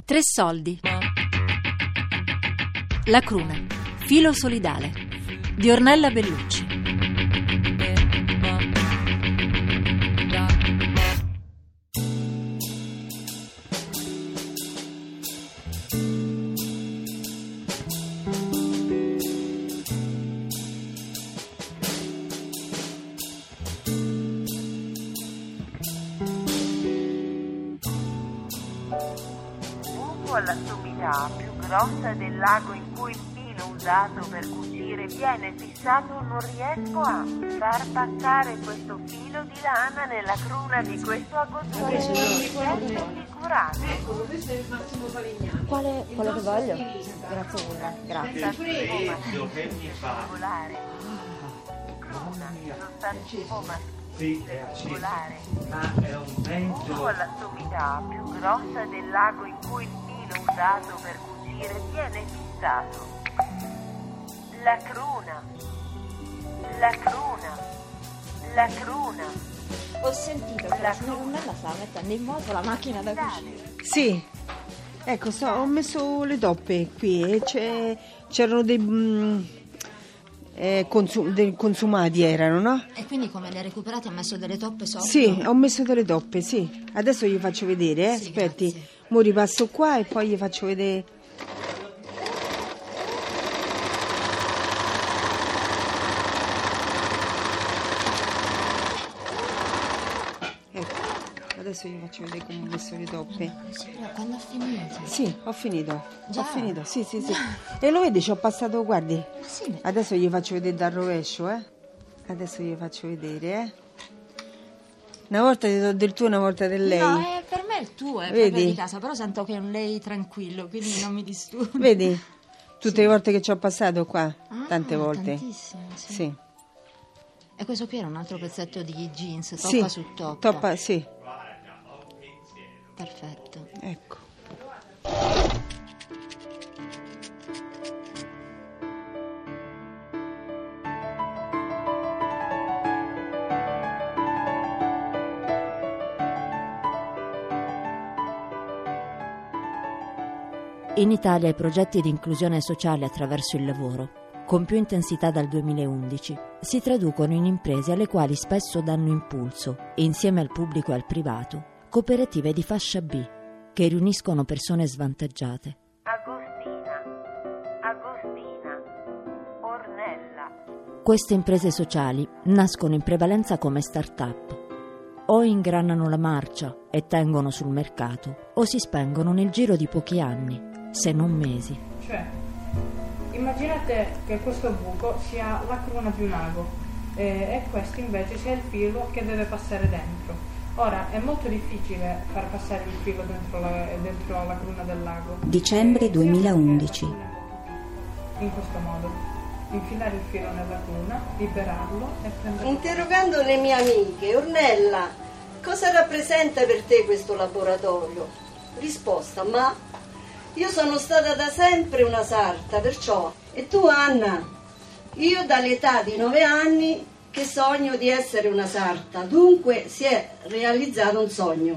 Tre soldi. La cruna. Filo solidale di Ornella Bellucci. La sommità più grossa del lago in cui il filo usato per cucire viene fissato, non riesco a far passare questo filo di lana nella cruna di questo agozzone. Assicurato. Questo è il Massimo Falegname. Quale che voglio? Grazie mille, grazie. Regolare. Cruna, sostantivo maschile regolare. Ma è un vento. La sommità più grossa del lago in cui il filo usato per cucire viene fissato. La cruna. La cruna. La cruna. Ho sentito che la signora Ornella stava mettendo in moto la macchina da cucire. Sì, ecco, ho messo le toppe qui e c'erano dei consumati erano, no? E quindi come le ha recuperate ha messo delle toppe sopra? Sì, ho messo delle toppe, sì. Adesso gli faccio vedere, Sì, aspetti. grazie. Mo ripasso qua e poi gli faccio vedere. Ecco, adesso gli faccio vedere come ho messo le toppe. Sì, però quando ho finito? Sì, ho finito. Già? Ho finito, sì. E lo vedi, ci ho passato, guardi. Ma sì, Adesso gli faccio vedere dal rovescio, eh. Adesso gli faccio vedere, eh. Una volta ti do del tuo, una volta del lei. no, per me è il tuo, è Vedi? proprio di casa, però sento che è un lei tranquillo, quindi non mi disturba. Vedi? Tutte le volte che ci ho passato qua, tante volte. Tantissime, sì. Sì. E questo qui era un altro pezzetto di jeans, toppa Sì, su toppa. toppa, sì. Perfetto. Ecco. In Italia i progetti di inclusione sociale attraverso il lavoro, con più intensità dal 2011, si traducono in imprese alle quali spesso danno impulso, e insieme al pubblico e al privato, cooperative di fascia B, che riuniscono persone svantaggiate. Agostina, Ornella. Queste imprese sociali nascono in prevalenza come start-up. O ingranano la marcia e tengono sul mercato, o si spengono nel giro di pochi anni, se non mesi. Cioè, immaginate che questo buco sia la cruna di un ago e questo invece sia il filo che deve passare dentro. Ora, è molto difficile far passare il filo dentro la cruna del lago. Dicembre 2011. In questo modo, infilare il filo nella cruna, liberarlo e prendere... Interrogando le mie amiche, Ornella, cosa rappresenta per te questo laboratorio? Risposta, ma io sono stata da sempre una sarta, perciò. E tu, Anna? Io dall'età di 9 anni che sogno di essere una sarta, dunque si è realizzato un sogno.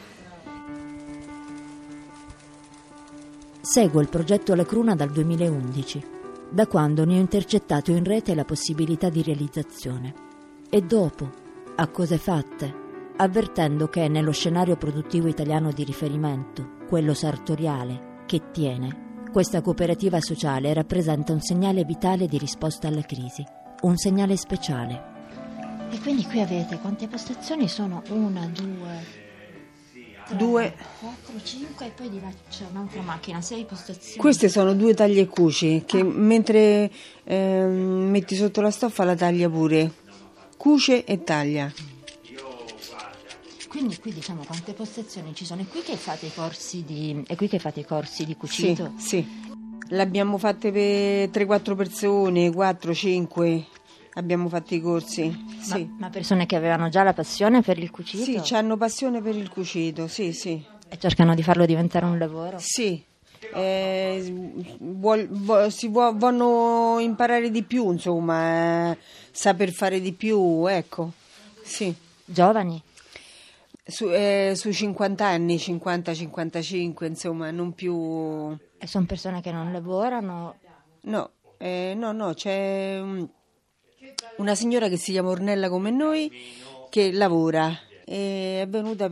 Seguo il progetto La Cruna dal 2011, da quando ne ho intercettato in rete la possibilità di realizzazione. E dopo, a cose fatte, avvertendo che nello scenario produttivo italiano di riferimento, quello sartoriale, che tiene, questa cooperativa sociale rappresenta un segnale vitale di risposta alla crisi, un segnale speciale. E quindi qui avete quante postazioni sono? 1, 2, 3, 4, 5 e poi di là c'è un'altra macchina, 6 postazioni. Queste sono 2 taglie cuci che mentre metti sotto la stoffa la taglia pure. Cuce e taglia. Quindi qui diciamo quante postazioni ci sono? È qui che fate i corsi di cucito? Sì. L'abbiamo fatte per 3-4 persone, 4-5. Abbiamo fatto i corsi. Sì. Ma persone che avevano già la passione per il cucito? Sì, hanno passione per il cucito, sì. E cercano di farlo diventare un lavoro? Sì. Vogliono imparare di più, insomma, saper fare di più, ecco. Sì. Giovani? Su 50 anni, 50-55, insomma, non più... E sono persone che non lavorano? No, c'è una signora che si chiama Ornella come noi, che lavora. È venuta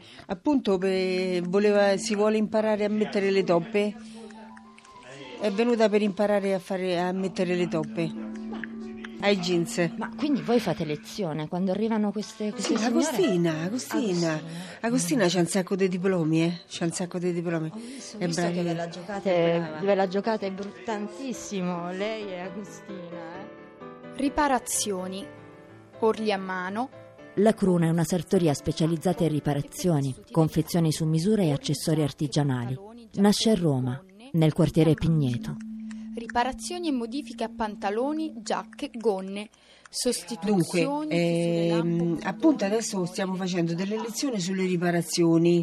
si vuole imparare a mettere le toppe. È venuta per imparare a mettere le toppe ai jeans. Ma quindi voi fate lezione quando arrivano queste Sì, signore? Agostina c'ha un sacco di diplomi, C'ha un sacco di diplomi. Ho visto È che bravissima. ve la giocate bruttantissimo, lei e Agostina. Riparazioni. Orli a mano. La Cruna è una sartoria specializzata in riparazioni, confezioni su misura e accessori artigianali. Nasce a Roma, nel quartiere Pigneto. Riparazioni e modifiche a pantaloni, giacche, gonne. Dunque, Sostituzioni. appunto adesso stiamo facendo delle lezioni sulle riparazioni.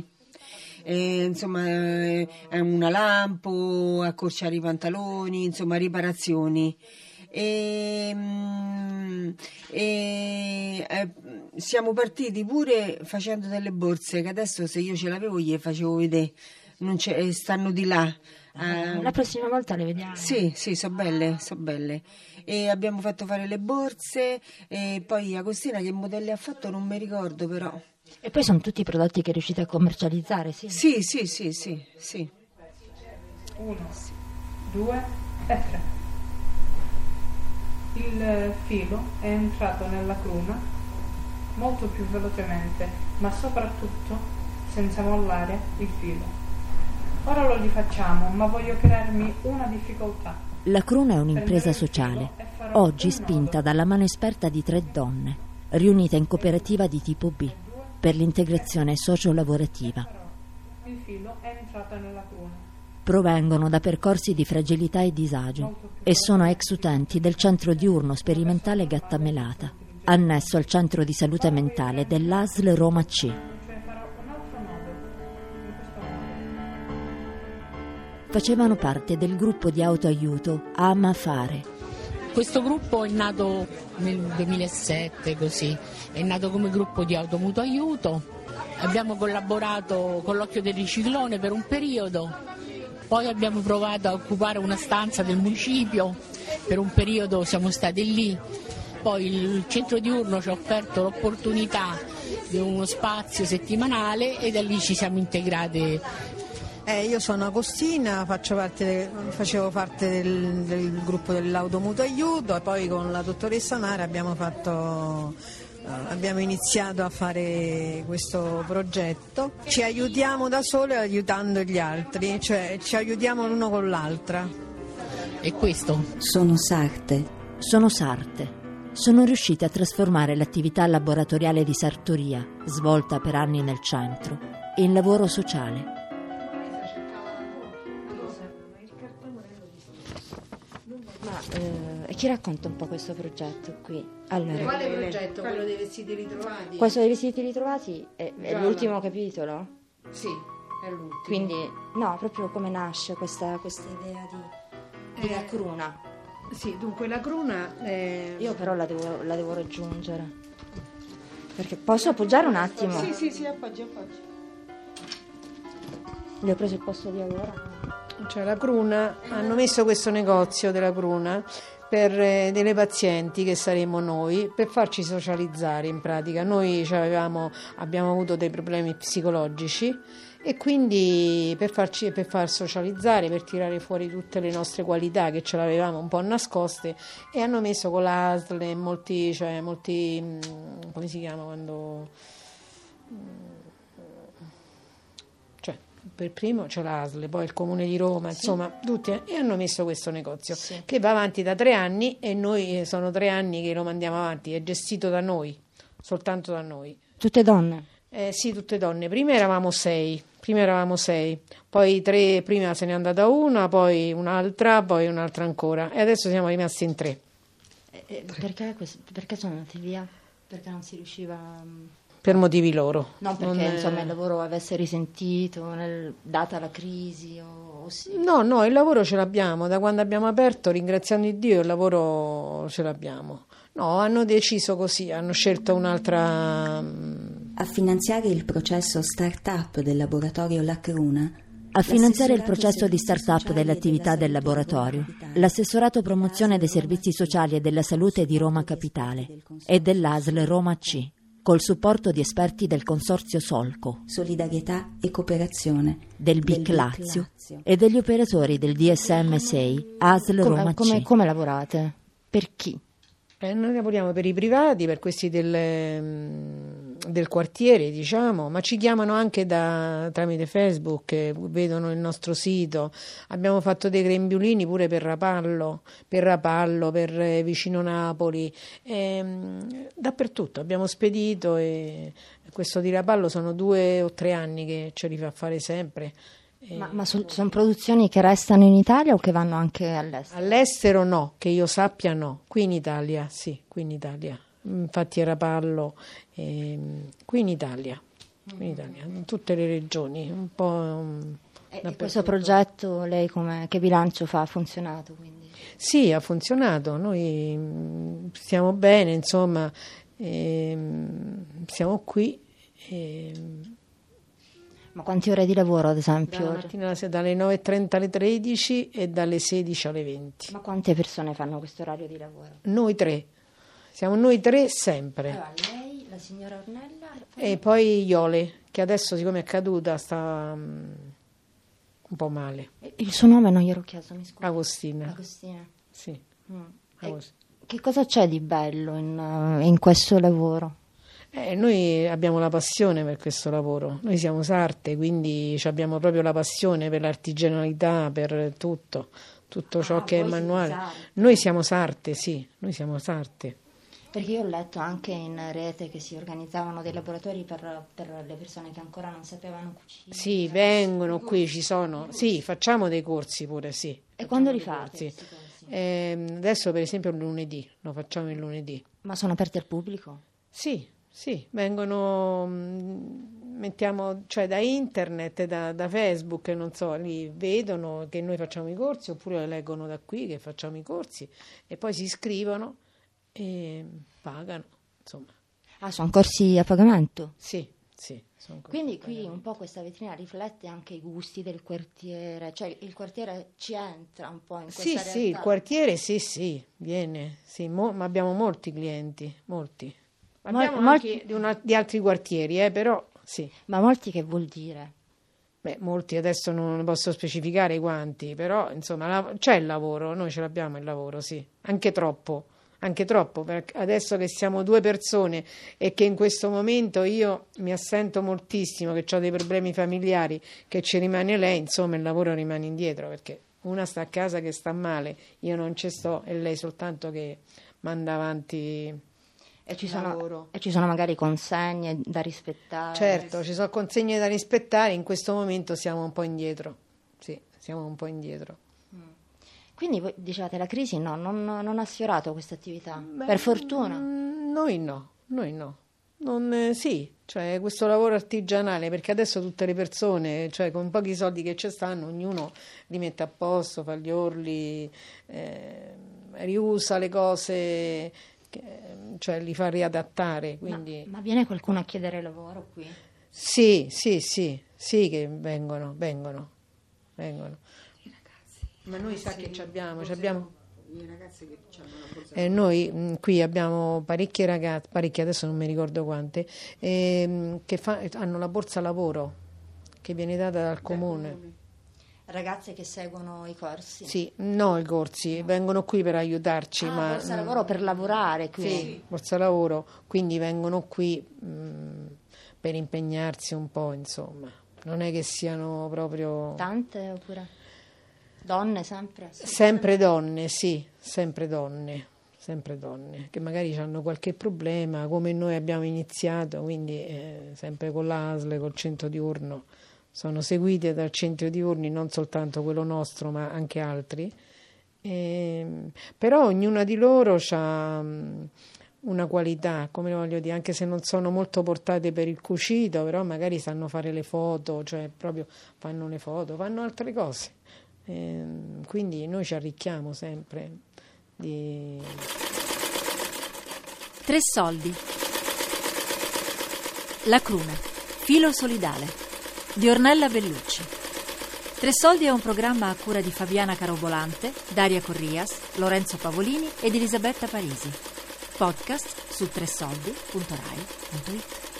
Una lampo, accorciare i pantaloni, insomma riparazioni. Siamo partiti pure facendo delle borse che adesso se io ce l'avevo gli facevo vedere, stanno di là. La prossima volta le vediamo. Sì, so belle. E abbiamo fatto fare le borse e poi Agostina che modelli ha fatto non mi ricordo però. E poi sono tutti i prodotti che riuscite a commercializzare, sì? Sì. 1, 2 e 3. Il filo è entrato nella cruna molto più velocemente, ma soprattutto senza mollare il filo. Ora lo rifacciamo, ma voglio crearmi una difficoltà. La Cruna è un'impresa sociale, oggi spinta dalla mano esperta di 3 donne, riunite in cooperativa di tipo B, per l'integrazione socio-lavorativa. Il filo è entrato nella cruna. Provengono da percorsi di fragilità e disagio e sono ex utenti del centro diurno sperimentale Gattamelata, annesso al centro di salute mentale dell'ASL Roma C. Cioè farò un altro nodo, in questo modo. Facevano parte del gruppo di autoaiuto Ama Fare. Questo gruppo è nato nel 2007, così, è nato come gruppo di automutuo aiuto. Abbiamo collaborato con l'Occhio del Riciclone per un periodo. Poi abbiamo provato a occupare una stanza del municipio, per un periodo siamo stati lì, poi il centro diurno ci ha offerto l'opportunità di uno spazio settimanale e da lì ci siamo integrate. Io sono Agostina, facevo parte del gruppo dell'automutuo aiuto e poi con la dottoressa Nara abbiamo iniziato a fare questo progetto. Ci aiutiamo da sole aiutando gli altri, cioè ci aiutiamo l'uno con l'altra. E questo? Sono sarte. Sono riuscite a trasformare l'attività laboratoriale di sartoria, svolta per anni nel centro, in lavoro sociale. E chi racconta un po' questo progetto qui? Allora, Quale progetto? Quello dei vestiti ritrovati? Questo dei vestiti ritrovati è l'ultimo capitolo? Sì, è l'ultimo. Quindi, no, proprio come nasce questa idea di La Cruna. Sì, dunque la cruna... Io però la devo raggiungere. Perché posso appoggiare un attimo? Sì, appoggia. Le ho preso il posto di lavoro. Cioè la cruna, hanno messo questo negozio della cruna per delle pazienti che saremo noi, per farci socializzare in pratica. Noi abbiamo avuto dei problemi psicologici e quindi per far socializzare, per tirare fuori tutte le nostre qualità che ce l'avevamo un po' nascoste, e hanno messo con l'ASL molti come si chiama quando... Per primo c'è l'ASL, poi il Comune di Roma, sì. Insomma, tutti, e hanno messo questo negozio, sì, che va avanti da 3 anni e noi sono 3 anni che lo mandiamo avanti, è gestito da noi, soltanto da noi. Tutte donne? Sì, tutte donne. Prima eravamo 6, poi 3, prima se n'è andata una, poi un'altra ancora, e adesso siamo rimasti in 3. Perché sono andati via? Perché non si riusciva... Per motivi loro. No, perché insomma il lavoro avesse risentito, data la crisi o sì. No, il lavoro ce l'abbiamo, da quando abbiamo aperto, ringraziando Dio, il lavoro ce l'abbiamo. No, hanno deciso così, hanno scelto un'altra A finanziare il processo start-up del laboratorio La Cruna, a finanziare il processo di start-up dell'attività del laboratorio, l'Assessorato Promozione dei Servizi Sociali e della Salute di Roma Capitale e dell'ASL Roma C, col supporto di esperti del Consorzio Solco, Solidarietà e Cooperazione, del BIC Lazio e degli operatori del DSM-6 ASL Roma C. Come lavorate? Per chi? Noi lavoriamo per i privati, per questi del quartiere, diciamo, ma ci chiamano anche tramite Facebook, vedono il nostro sito. Abbiamo fatto dei grembiulini pure per Rapallo, per vicino Napoli, dappertutto abbiamo spedito, e questo di Rapallo sono 2 o 3 anni che ce li fa fare sempre. Ma sono produzioni che restano in Italia o che vanno anche all'estero? All'estero no, che io sappia no, qui in Italia sì, qui in Italia. Infatti era Rapallo, qui in Italia, in tutte le regioni, un po'. E questo progetto lei che bilancio fa? Ha funzionato quindi? Sì, ha funzionato, noi stiamo bene, insomma, siamo qui. Ma quante ore di lavoro, ad esempio? Dalla mattina dalle 9:30 alle 13 e dalle 16 alle 20. Ma quante persone fanno questo orario di lavoro? Noi 3. Siamo noi 3 sempre. Allora, lei, la signora Ornella e poi Iole, che adesso siccome è caduta sta un po' male. Il suo nome non glielo ho chiesto, mi scusi. Agostina. Sì. Che cosa c'è di bello in questo lavoro? Noi abbiamo la passione per questo lavoro, noi siamo sarte, quindi abbiamo proprio la passione per l'artigianalità, per tutto ciò che è manuale. Noi siamo sarte, sì, noi siamo sarte. Perché io ho letto anche in rete che si organizzavano dei laboratori per le persone che ancora non sapevano cucire. Sì, vengono qui, ci sono, sì, facciamo dei corsi pure, sì. E quando li fate? Adesso per esempio il lunedì, lo facciamo il lunedì. Ma sono aperti al pubblico? Sì, vengono, mettiamo, cioè da internet, da Facebook, non so, lì vedono che noi facciamo i corsi, oppure leggono da qui che facciamo i corsi e poi si iscrivono e pagano, insomma. Ah, sono corsi a pagamento? Sì. Quindi qui un po' questa vetrina riflette anche i gusti del quartiere, cioè il quartiere ci entra un po' in questa realtà. Sì, il quartiere sì, viene, sì, ma abbiamo molti clienti, molti. Abbiamo anche di altri quartieri, però sì. Ma molti che vuol dire? Beh, molti adesso non posso specificare quanti, però insomma c'è il lavoro, noi ce l'abbiamo il lavoro, sì, anche troppo, perché adesso che siamo 2 persone e che in questo momento io mi assento moltissimo, che ho dei problemi familiari, che ci rimane lei, insomma il lavoro rimane indietro, perché una sta a casa che sta male, io non ci sto e lei soltanto che manda avanti. E ci sono magari consegne da rispettare. Certo, ci sono consegne da rispettare, in questo momento siamo un po' indietro. Sì, siamo un po' indietro. Quindi voi dicevate la crisi non ha sfiorato questa attività? Per fortuna? Noi no. Sì, cioè questo lavoro artigianale, perché adesso tutte le persone, cioè con pochi soldi che ci stanno, ognuno li mette a posto, fa gli orli, riusa le cose, cioè li fa riadattare, quindi. Ma viene qualcuno a chiedere lavoro qui? Sì, che vengono. Ma noi sa che abbiamo i ragazzi che hanno la borsa. Noi qui abbiamo parecchie ragazze, adesso non mi ricordo quante, che hanno la borsa lavoro che viene data dal comune. Ragazze che seguono i corsi? Sì, no, i corsi, vengono qui per aiutarci. Ma borsa lavoro per lavorare qui? Sì, borsa lavoro, quindi vengono qui per impegnarsi un po', insomma. Non è che siano proprio. Tante oppure? Donne sempre? Sempre donne, sì, sempre donne, che magari hanno qualche problema, come noi abbiamo iniziato, quindi sempre con l'ASL, col centro diurno. Sono seguite dal centro diurni, non soltanto quello nostro, ma anche altri. Però ognuna di loro ha una qualità, come voglio dire, anche se non sono molto portate per il cucito, però magari sanno fare le foto, cioè proprio fanno le foto, fanno altre cose. Quindi noi ci arricchiamo sempre di. 3 soldi. La Cruna, filo solidale, di Ornella Bellucci. Tre Soldi è un programma a cura di Fabiana Carobolante, Daria Corrias, Lorenzo Pavolini ed Elisabetta Parisi. Podcast su tresoldi.rai.it.